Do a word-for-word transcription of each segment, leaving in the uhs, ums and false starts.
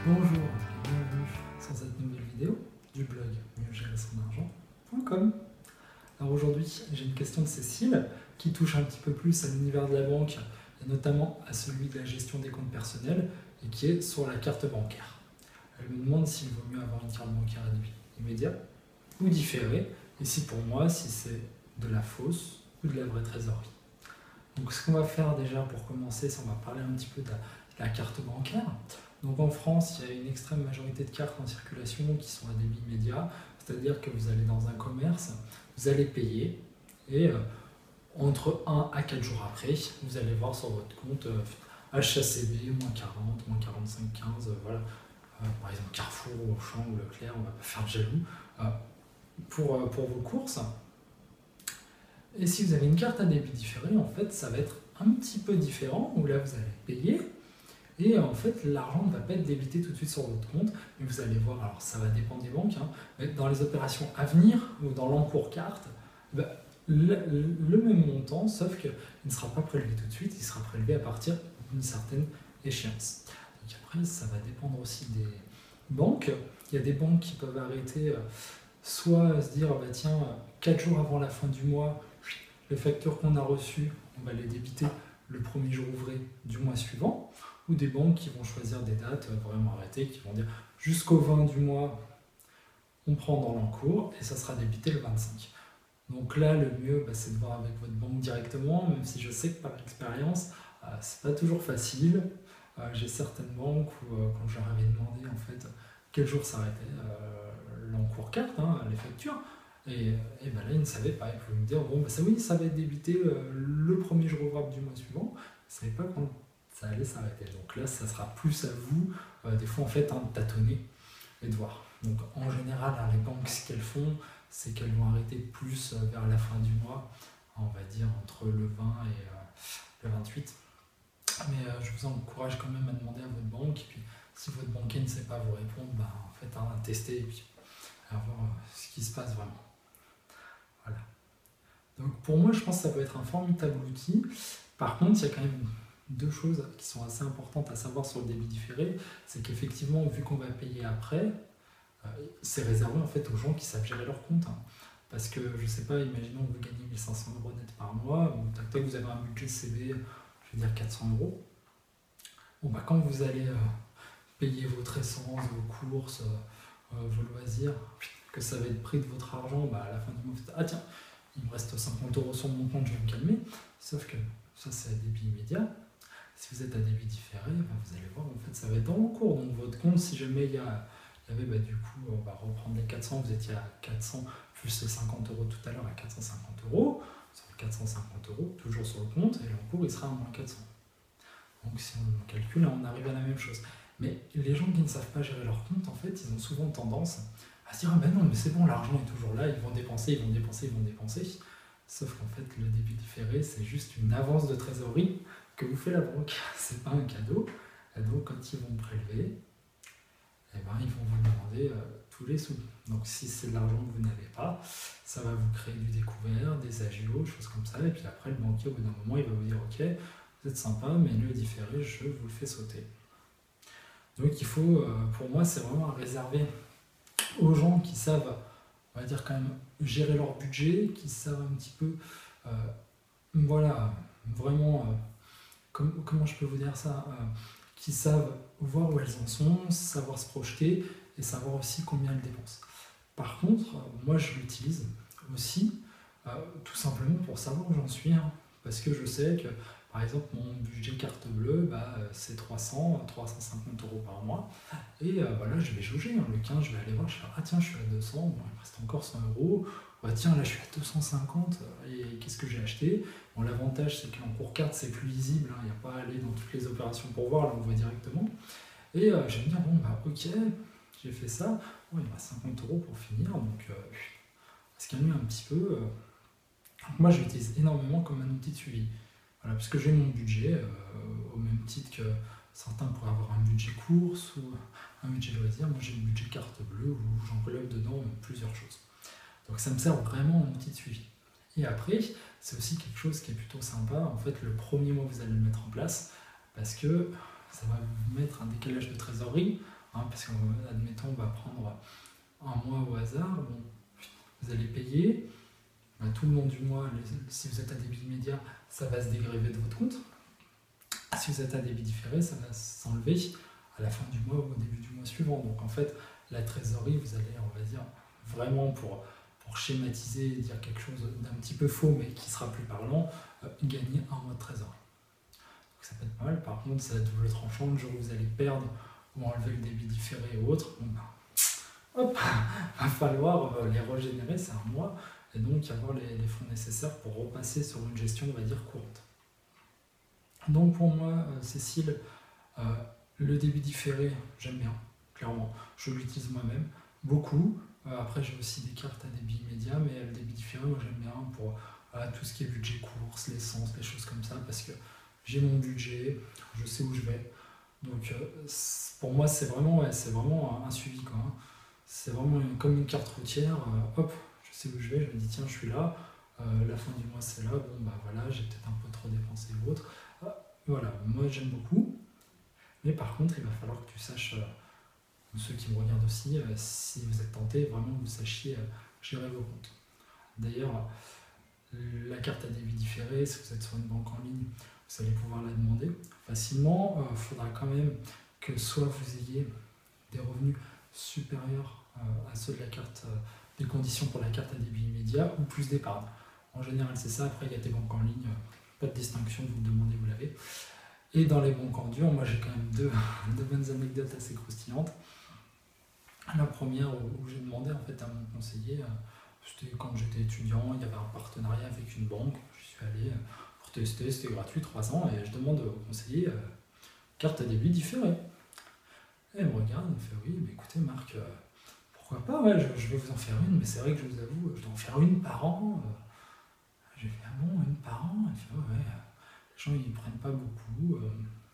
Bonjour et bienvenue sur cette nouvelle vidéo du blog mieux gérer son argent point com. Alors aujourd'hui, j'ai une question de Cécile qui touche un petit peu plus à l'univers de la banque et notamment à celui de la gestion des comptes personnels et qui est sur la carte bancaire. Elle me demande s'il vaut mieux avoir une carte bancaire à débit immédiat ou différé et si pour moi, si c'est de la fausse ou de la vraie trésorerie. Donc ce qu'on va faire déjà pour commencer, c'est on va parler un petit peu de la, de la carte bancaire. Donc en France, il y a une extrême majorité de cartes en circulation qui sont à débit immédiat, c'est-à-dire que vous allez dans un commerce, vous allez payer et euh, entre un à quatre jours après, vous allez voir sur votre compte euh, H C B, moins quarante, moins quarante-cinq, quinze, euh, voilà. Euh, par exemple Carrefour, Auchan ou Leclerc, on va pas faire jaloux, euh, pour, euh, pour vos courses. Et si vous avez une carte à débit différé, en fait, ça va être un petit peu différent, où là vous allez payer. Et en fait, l'argent ne va pas être débité tout de suite sur votre compte, mais vous allez voir, alors ça va dépendre des banques, hein, mais dans les opérations à venir ou dans l'encours carte, bah, le, le même montant, sauf qu'il ne sera pas prélevé tout de suite, il sera prélevé à partir d'une certaine échéance. Donc après, ça va dépendre aussi des banques. Il y a des banques qui peuvent arrêter, euh, soit se dire, bah, tiens, quatre jours avant la fin du mois, les factures qu'on a reçues, on va les débiter le premier jour ouvré du mois suivant, ou des banques qui vont choisir des dates vraiment arrêtées, qui vont dire jusqu'au vingt du mois, on prend dans l'encours et ça sera débité le vingt-cinq. Donc là, le mieux, bah, c'est de voir avec votre banque directement, même si je sais que par expérience, euh, c'est pas toujours facile. Euh, j'ai certaines banques où, euh, quand je leur avais demandé en fait quel jour s'arrêtait euh, l'encours carte, hein, les factures, et, et ben là, ils ne savaient pas. Ils pouvaient me dire bon, bah, ça oui, ça va être débité euh, le premier jour ouvrable du mois suivant. Ils ne savaient pas quand ça allait s'arrêter. Donc là, ça sera plus à vous, euh, des fois en fait, hein, de tâtonner et de voir. Donc en général, hein, les banques, ce qu'elles font, c'est qu'elles vont arrêter plus euh, vers la fin du mois, on va dire entre le vingt et euh, le vingt-huit. Mais euh, je vous encourage quand même à demander à votre banque. Et puis, si votre banquier ne sait pas vous répondre, bah, en fait, hein, tester et puis à voir euh, ce qui se passe vraiment. Voilà. Donc pour moi, je pense que ça peut être un formidable outil. Par contre, il y a quand même deux choses qui sont assez importantes à savoir sur le débit différé. C'est qu'effectivement, vu qu'on va payer après, euh, c'est réservé en fait aux gens qui savent gérer leur compte. Hein. Parce que, je sais pas, imaginons que vous gagnez mille cinq cents euros net par mois, ou tac tac, vous avez un budget C B, je veux dire quatre cents euros. Bon, bah, quand vous allez euh, payer votre essence, vos courses, euh, vos loisirs, que ça va être pris de votre argent, bah, à la fin du mois, vous dites, ah tiens, il me reste cinquante euros sur mon compte, je vais me calmer. Sauf que ça, c'est à débit immédiat. Si vous êtes à débit différé, bah, vous allez voir, en fait, ça va être en cours. Donc votre compte, si jamais il y, a, il y avait, bah, du coup, on va reprendre les quatre cents, vous étiez à quatre cents, plus les cinquante euros tout à l'heure, à quatre cent cinquante euros, sur quatre cent cinquante euros, toujours sur le compte, et l'encours, il sera à moins quatre cents. Donc si on calcule, on arrive à la même chose. Mais les gens qui ne savent pas gérer leur compte, en fait, ils ont souvent tendance à se dire, ah ben non, mais c'est bon, l'argent est toujours là, ils vont dépenser, ils vont dépenser, ils vont dépenser. Sauf qu'en fait, le débit différé, c'est juste une avance de trésorerie que vous fait la banque. C'est pas un cadeau. Et donc, quand ils vont prélever, eh ben, ils vont vous demander euh, tous les sous. Donc, si c'est de l'argent que vous n'avez pas, ça va vous créer du découvert, des agios, choses comme ça. Et puis après, le banquier, au bout d'un moment, il va vous dire, ok, vous êtes sympa, mais le différé, je vous le fais sauter. Donc, il faut, euh, pour moi, c'est vraiment à réserver aux gens qui savent, on va dire quand même, gérer leur budget, qui savent un petit peu, euh, voilà, vraiment, euh, com- comment je peux vous dire ça, euh, qui savent voir où elles en sont, savoir se projeter et savoir aussi combien elles dépensent. Par contre, euh, moi je l'utilise aussi, euh, tout simplement pour savoir où j'en suis, hein, parce que je sais que, par exemple, mon budget carte bleue, bah, c'est trois cents, trois cent cinquante euros par mois. Et euh, voilà, je vais jauger. Hein. Le quinze, je vais aller voir, je vais faire, ah tiens, je suis à deux cents, bon, il me reste encore cent euros. Bah, tiens, là, je suis à deux cent cinquante, et qu'est-ce que j'ai acheté? Bon, l'avantage, c'est qu'en cours carte, c'est plus lisible, hein. Il n'y a pas à aller dans toutes les opérations pour voir, là, on voit directement. Et euh, je vais me dire, bon, bah, ok, j'ai fait ça. Bon, il me reste cinquante euros pour finir, donc euh, on va se calmer un petit peu. Euh. Donc, moi, je l'utilise énormément comme un outil de suivi. Voilà, parce que j'ai mon budget, euh, au même titre que certains pourraient avoir un budget course ou un budget loisir. Moi, j'ai un budget carte bleue où j'englobe dedans plusieurs choses. Donc, ça me sert vraiment en outil de suivi. Et après, c'est aussi quelque chose qui est plutôt sympa. En fait, le premier mois, vous allez le mettre en place parce que ça va vous mettre un décalage de trésorerie, hein, parce qu'admettons, on va prendre un mois au hasard, bon, vous allez payer, bah, tout le long du mois, les, si vous êtes à débit immédiat, ça va se dégrever de votre compte. Si vous êtes à débit différé, ça va s'enlever à la fin du mois ou au début du mois suivant. Donc en fait, la trésorerie, vous allez, on va dire, vraiment pour, pour schématiser, dire quelque chose d'un petit peu faux, mais qui sera plus parlant, euh, gagner un mois de trésorerie. Donc ça peut être pas mal. Par contre, c'est la double tranchant, le jour où vous allez perdre ou enlever le débit différé ou autre, bon, bah, hop, va falloir euh, les régénérer, c'est un mois, et donc avoir les, les fonds nécessaires pour repasser sur une gestion, on va dire, courante. Donc pour moi, euh, Cécile, euh, le débit différé, j'aime bien, clairement. Je l'utilise moi-même, beaucoup. Euh, après, j'ai aussi des cartes à débit immédiat, mais le débit différé, moi j'aime bien pour euh, tout ce qui est budget course, l'essence, les choses comme ça, parce que j'ai mon budget, je sais où je vais. Donc euh, pour moi, c'est vraiment, ouais, c'est vraiment un, un suivi, quoi, hein. C'est vraiment une, comme une carte routière, euh, hop, je sais où je vais, je me dis tiens, je suis là, euh, la fin du mois c'est là, bon bah voilà, j'ai peut-être un peu trop dépensé ou autre. Euh, voilà, moi j'aime beaucoup, mais par contre, il va falloir que tu saches, euh, ceux qui me regardent aussi, euh, si vous êtes tenté, vraiment que vous sachiez euh, gérer vos comptes. D'ailleurs, la carte à débit différé, si vous êtes sur une banque en ligne, vous allez pouvoir la demander facilement. Il euh, faudra quand même que soit vous ayez des revenus supérieurs euh, à ceux de la carte, euh, des conditions pour la carte à débit immédiat ou plus d'épargne. En général, c'est ça. Après, il y a des banques en ligne, euh, pas de distinction, vous le demandez, vous l'avez. Et dans les banques en dur, moi j'ai quand même deux, deux bonnes anecdotes assez croustillantes. La première où j'ai demandé en fait à mon conseiller, euh, c'était quand j'étais étudiant, il y avait un partenariat avec une banque, je suis allé pour tester, c'était gratuit, trois ans, et je demande au conseiller, euh, carte à débit différé. Et elle me regarde, elle me fait oui, mais écoutez Marc, euh, pourquoi pas, ouais, je, je vais vous en faire une, mais c'est vrai que je vous avoue, je dois en faire une par an. Euh, j'ai fait ah bon, une par an? Elle fait ouais, ouais, les gens ils prennent pas beaucoup. Euh,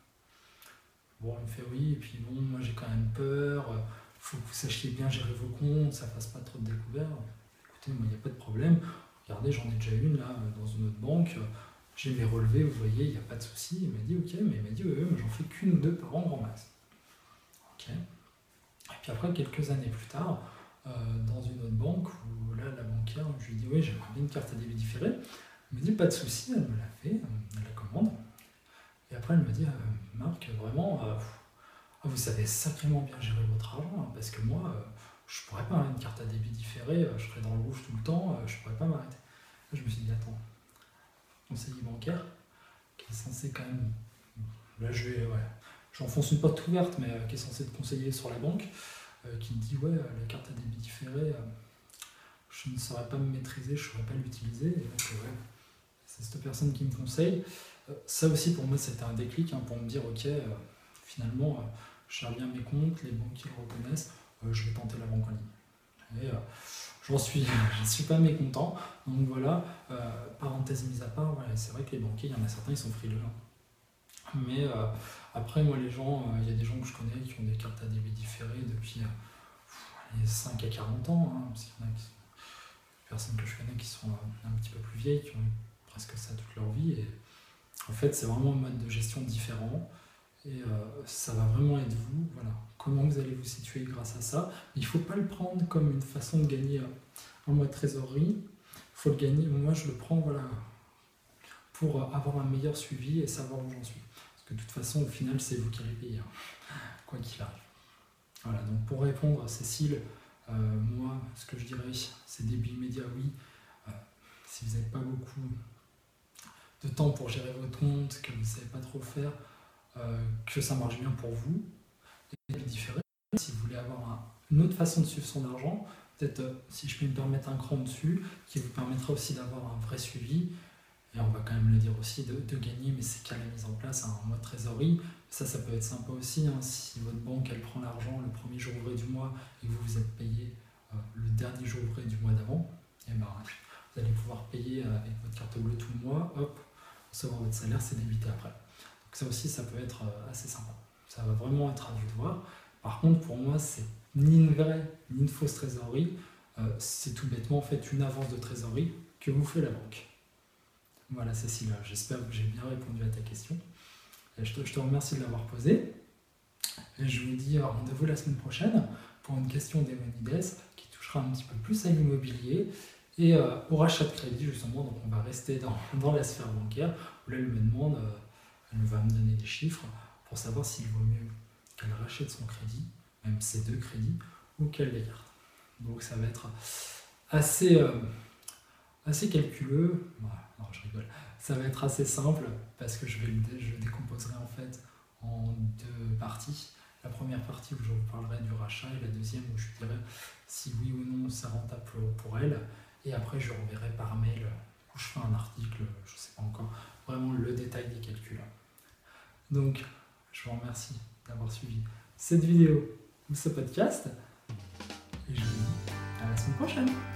bon, elle me fait oui, et puis bon, moi j'ai quand même peur, il euh, faut que vous sachiez bien gérer vos comptes, ça fasse pas trop de découvertes. Écoutez, moi il n'y a pas de problème, regardez, j'en ai déjà une là dans une autre banque, j'ai mes relevés, vous voyez, il n'y a pas de souci. Il m'a dit ok, mais il m'a dit ouais, mais j'en fais qu'une ou deux par an grand max. Ok. Et puis après, quelques années plus tard, euh, dans une autre banque, où là, la banquière, je lui ai dit oui, j'aimerais bien une carte à débit différé. Elle m'a dit pas de souci, elle me l'a fait, elle la commande. Et après, elle me dit euh, Marc, vraiment, euh, vous savez sacrément bien gérer votre argent, hein, parce que moi, euh, je pourrais pas, hein, une carte à débit différé, euh, je serais dans le rouge tout le temps, euh, je pourrais pas m'arrêter. Là, je me suis dit attends, conseiller bancaire, qui est censé quand même, là je vais, ouais, j'enfonce une porte ouverte, mais euh, qui est censé te conseiller sur la banque, euh, qui me dit ouais, euh, la carte à débit différé, euh, je ne saurais pas me maîtriser, je ne saurais pas l'utiliser. Et donc euh, ouais, c'est cette personne qui me conseille. Euh, ça aussi pour moi c'était un déclic, hein, pour me dire ok, euh, finalement euh, je gère bien mes comptes, les banques qui le reconnaissent, euh, je vais tenter la banque en ligne. Et euh, j'en suis, je suis pas mécontent. Donc voilà, euh, parenthèse mise à part, voilà, c'est vrai que les banquiers, il y en a certains, ils sont frileux. Hein. Mais euh, après, moi, les gens, il euh, y a des gens que je connais qui ont des cartes à débit différé depuis euh, les cinq à quarante ans. Hein, parce qu'il y en a qui sont, des personnes que je connais qui sont euh, un petit peu plus vieilles, qui ont eu presque ça toute leur vie. Et en fait, c'est vraiment un mode de gestion différent. Et euh, ça va vraiment être vous, voilà, comment vous allez vous situer grâce à ça. Mais il ne faut pas le prendre comme une façon de gagner un mois de trésorerie. Il faut le gagner, moi je le prends voilà, pour avoir un meilleur suivi et savoir où j'en suis. Parce que de toute façon, au final, c'est vous qui allez payer, hein, quoi qu'il arrive. Voilà, donc pour répondre à Cécile, euh, moi, ce que je dirais, c'est débit immédiat, oui. Euh, si vous n'avez pas beaucoup de temps pour gérer votre compte, que vous ne savez pas trop faire, Euh, que ça marche bien pour vous, et différé. Si vous voulez avoir un, une autre façon de suivre son argent, peut-être, euh, si je peux me permettre un cran dessus, qui vous permettra aussi d'avoir un vrai suivi, et on va quand même le dire aussi, de, de gagner, mais c'est qu'à la mise en place un mois de trésorerie. Ça, ça peut être sympa aussi, hein, si votre banque, elle prend l'argent le premier jour ouvré du mois, et que vous vous êtes payé euh, le dernier jour ouvré du mois d'avant, et ben, vous allez pouvoir payer avec votre carte bleue tout le mois, hop, recevoir votre salaire, c'est débité après. Donc ça aussi, ça peut être assez sympa. Ça va vraiment être à vous de voir. Par contre, pour moi, c'est ni une vraie, ni une fausse trésorerie. Euh, c'est tout bêtement en fait une avance de trésorerie que vous fait la banque. Voilà, Cécile, j'espère que j'ai bien répondu à ta question. Et je, te, je te remercie de l'avoir posée. Et je vous dis rendez-vous la semaine prochaine pour une question d'Emonides qui touchera un petit peu plus à l'immobilier et euh, au rachat de crédit justement. Donc on va rester dans, dans la sphère bancaire où là elle me demande, euh, elle va me donner des chiffres pour savoir s'il vaut mieux qu'elle rachète son crédit, même ses deux crédits, ou qu'elle les garde. Donc ça va être assez, euh, assez calculeux. Voilà, non, je rigole. Ça va être assez simple parce que je, vais le, je le décomposerai en fait en deux parties. La première partie où je vous parlerai du rachat et la deuxième où je dirai si oui ou non c'est rentable pour elle. Et après je renverrai par mail où je fais un article, je ne sais pas encore, vraiment le détail des calculs. Donc je vous remercie d'avoir suivi cette vidéo ou ce podcast. Et je vous dis à la semaine prochaine.